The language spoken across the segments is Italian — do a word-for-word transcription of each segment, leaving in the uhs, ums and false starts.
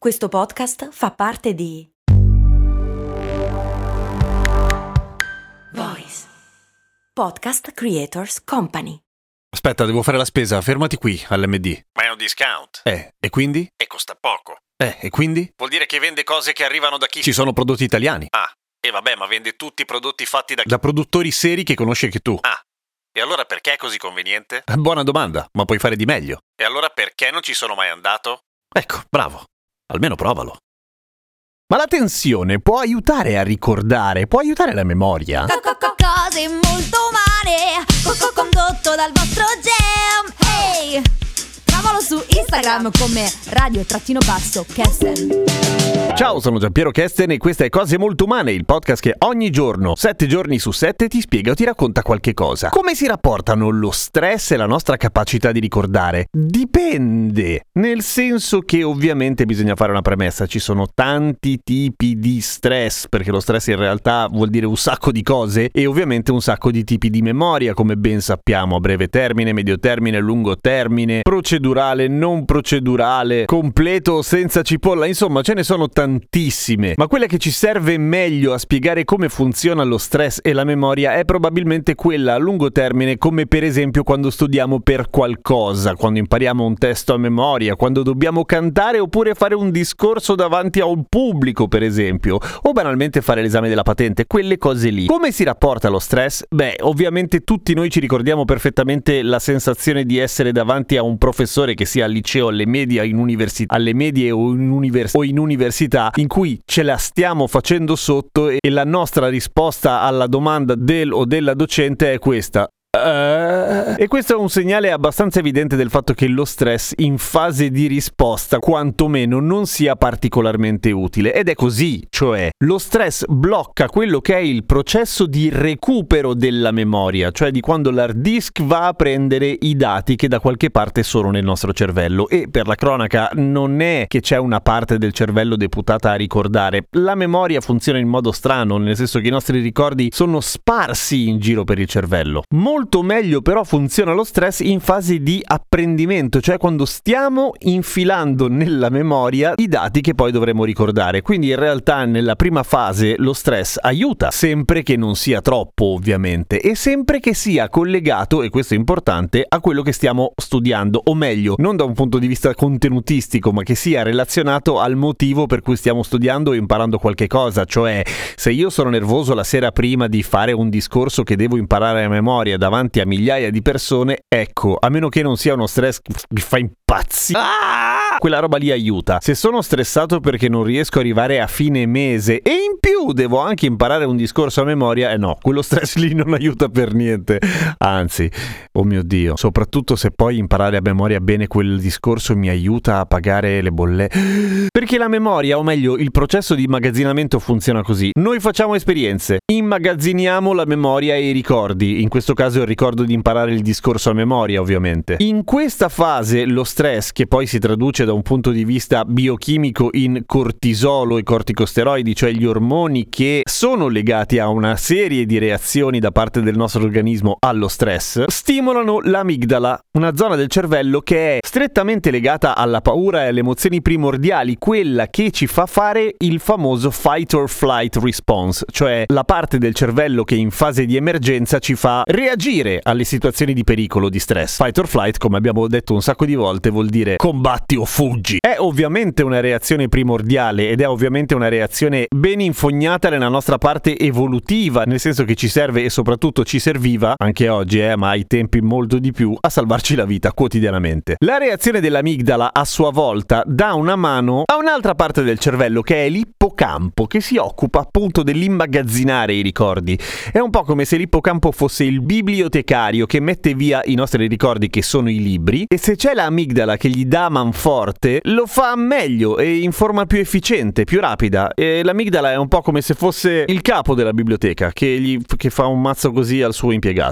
Questo podcast fa parte di Voice Podcast Creators Company. Aspetta, devo fare la spesa, fermati qui all'M D. Ma è un discount. Eh, e quindi? E costa poco. Eh, e quindi? Vuol dire che vende cose che arrivano da chi? Ci sono prodotti italiani. Ah, e vabbè, ma vende tutti i prodotti fatti da chi? Da produttori seri che conosci anche tu. Ah, e allora perché è così conveniente? Buona domanda, ma puoi fare di meglio. E allora perché non ci sono mai andato? Ecco, bravo. Almeno provalo. Ma la tensione può aiutare a ricordare, può aiutare la memoria. Cose molto umane, Coco condotto dal vostro Gem. Ehi, trovalo su Instagram come radio-kesten. Ciao, sono Giampiero Kesten e questa è Cose Molto Umane, il podcast che ogni giorno, sette giorni su sette, ti spiega o ti racconta qualche cosa. Come si rapportano lo stress e la nostra capacità di ricordare? Dipende, nel senso che ovviamente bisogna fare una premessa, ci sono tanti tipi di stress, perché lo stress in realtà vuol dire un sacco di cose e ovviamente un sacco di tipi di memoria, come ben sappiamo, a breve termine, medio termine, lungo termine, procedurale, non procedurale, completo, senza cipolla, insomma ce ne sono tantissime, ma quella che ci serve meglio a spiegare come funziona lo stress e la memoria è probabilmente quella a lungo termine, come per esempio quando studiamo per qualcosa, quando impariamo un testo a memoria, quando dobbiamo cantare oppure fare un discorso davanti a un pubblico per esempio, o banalmente fare l'esame della patente, quelle cose lì. Come si rapporta lo stress? Beh, ovviamente tutti noi ci ricordiamo perfettamente la sensazione di essere davanti a un professore, che sia al liceo, alle medie, in università, alle medie o in, univers- o in università, in cui ce la stiamo facendo sotto e la nostra risposta alla domanda del o della docente è questa. Uh, e questo è un segnale abbastanza evidente del fatto che lo stress in fase di risposta quantomeno non sia particolarmente utile, ed è così, cioè lo stress blocca quello che è il processo di recupero della memoria, cioè di quando l'hard disk va a prendere i dati che da qualche parte sono nel nostro cervello. E per la cronaca non è che c'è una parte del cervello deputata a ricordare, la memoria funziona in modo strano, nel senso che i nostri ricordi sono sparsi in giro per il cervello. Molto Molto meglio però funziona lo stress in fase di apprendimento, cioè quando stiamo infilando nella memoria i dati che poi dovremo ricordare. Quindi in realtà nella prima fase lo stress aiuta, sempre che non sia troppo ovviamente, e sempre che sia collegato, e questo è importante, a quello che stiamo studiando, o meglio, non da un punto di vista contenutistico, ma che sia relazionato al motivo per cui stiamo studiando o imparando qualche cosa. Cioè, se io sono nervoso la sera prima di fare un discorso che devo imparare a memoria davanti a migliaia di persone, ecco, a meno che non sia uno stress che mi fa impazzire, ah! quella roba lì aiuta. Se sono stressato perché non riesco ad arrivare a fine mese e in più devo anche imparare un discorso a memoria, eh no, quello stress lì non aiuta per niente. Anzi, oh mio Dio, soprattutto se poi imparare a memoria bene quel discorso mi aiuta a pagare le bollette. Perché la memoria, o meglio, il processo di immagazzinamento funziona così. Noi facciamo esperienze, immagazziniamo la memoria e i ricordi, in questo caso il ricordo di imparare il discorso a memoria ovviamente. In questa fase lo stress, che poi si traduce da un punto di vista biochimico in cortisolo e corticosteroidi, cioè gli ormoni che sono legati a una serie di reazioni da parte del nostro organismo allo stress, stimolano l'amigdala, una zona del cervello che è strettamente legata alla paura e alle emozioni primordiali, quella che ci fa fare il famoso fight or flight response, cioè la parte del cervello che in fase di emergenza ci fa reagire alle situazioni di pericolo, di stress. Fight or flight, come abbiamo detto un sacco di volte, vuol dire combatti o fuggi. È ovviamente una reazione primordiale ed è ovviamente una reazione ben infognata nella nostra parte evolutiva, nel senso che ci serve e soprattutto ci serviva, anche oggi, eh, ma ai tempi molto di più, a salvarci la vita quotidianamente. La reazione dell'amigdala a sua volta dà una mano a un'altra parte del cervello che è l'ippocampo, che si occupa appunto dell'immagazzinare i ricordi. È un po' come se l'ippocampo fosse il bibliotecario che mette via i nostri ricordi, che sono i libri, e se c'è l'amigdala che gli dà manforte lo fa meglio e in forma più efficiente, più rapida. E l'amigdala è un po' come se fosse il capo della biblioteca che, gli, che fa un mazzo così al suo impiegato.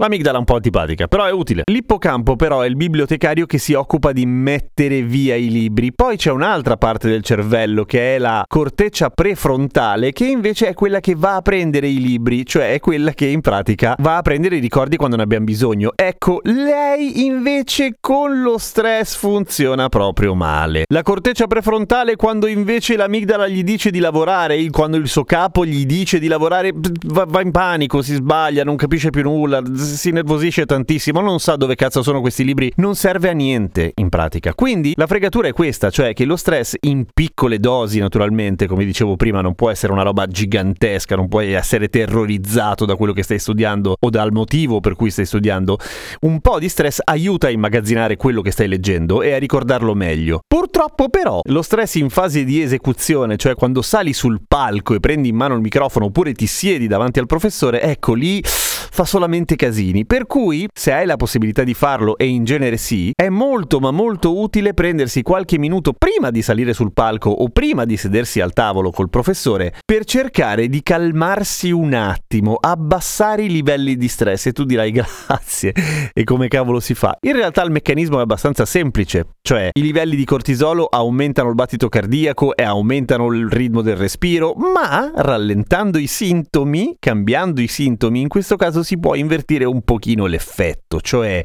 L'amigdala è un po' antipatica, però è utile. L'ippocampo però è il bibliotecario che si occupa di mettere via i libri. Poi c'è un'altra parte del cervello che è la corteccia prefrontale, che invece è quella che va a prendere i libri, cioè è quella che in pratica va a prendere i ricordi quando ne abbiamo bisogno. Ecco, lei invece con lo stress funziona proprio male. La corteccia prefrontale, quando invece l'amigdala gli dice di lavorare, quando il suo capo gli dice di lavorare, va, va in panico, si sbaglia, non capisce più nulla, si nervosisce tantissimo, non sa dove cazzo sono questi libri, non serve a niente in pratica. Quindi la fregatura è questa, cioè che lo stress in piccole dosi, naturalmente, come dicevo prima, non può essere una roba gigantesca, non puoi essere terrorizzato da quello che stai studiando o dal motivo per cui stai studiando. Un po' di stress aiuta a immagazzinare quello che stai leggendo e a ricordarlo meglio. Purtroppo però lo stress in fase di esecuzione, cioè quando sali sul palco e prendi in mano il microfono oppure ti siedi davanti al professore, ecco lì fa solamente casini. Per cui, se hai la possibilità di farlo, e in genere sì, è molto ma molto utile prendersi qualche minuto prima di salire sul palco o prima di sedersi al tavolo col professore per cercare di calmarsi un attimo, abbassare i livelli di stress. E tu dirai grazie, e come cavolo si fa? In realtà il meccanismo è abbastanza semplice, cioè i livelli di cortisolo aumentano il battito cardiaco e aumentano il ritmo del respiro, ma rallentando i sintomi, cambiando i sintomi, in questo caso si può invertire un pochino l'effetto, cioè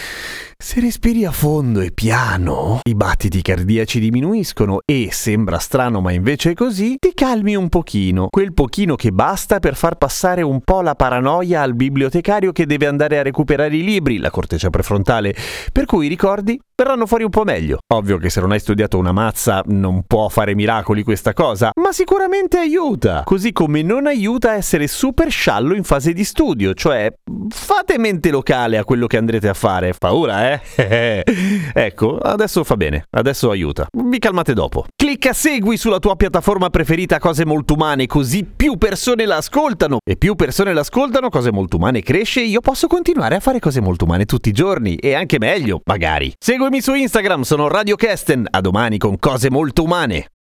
se respiri a fondo e piano, i battiti cardiaci diminuiscono e, sembra strano ma invece è così, ti calmi un pochino, quel pochino che basta per far passare un po' la paranoia al bibliotecario che deve andare a recuperare i libri, la corteccia prefrontale, per cui i ricordi verranno fuori un po' meglio. Ovvio che se non hai studiato una mazza non può fare miracoli questa cosa, ma sicuramente aiuta. Così come non aiuta a essere super sciallo in fase di studio, cioè fate mente locale a quello che andrete a fare. Paura, eh? Ecco, adesso fa bene, adesso aiuta. Vi calmate dopo. Clicca segui sulla tua piattaforma preferita Cose Molto Umane, così più persone la ascoltano. E più persone l'ascoltano, Cose Molto Umane cresce e io posso continuare a fare Cose Molto Umane tutti i giorni, e anche meglio, magari. Seguimi su Instagram, sono Radio Kesten. A domani con Cose Molto Umane.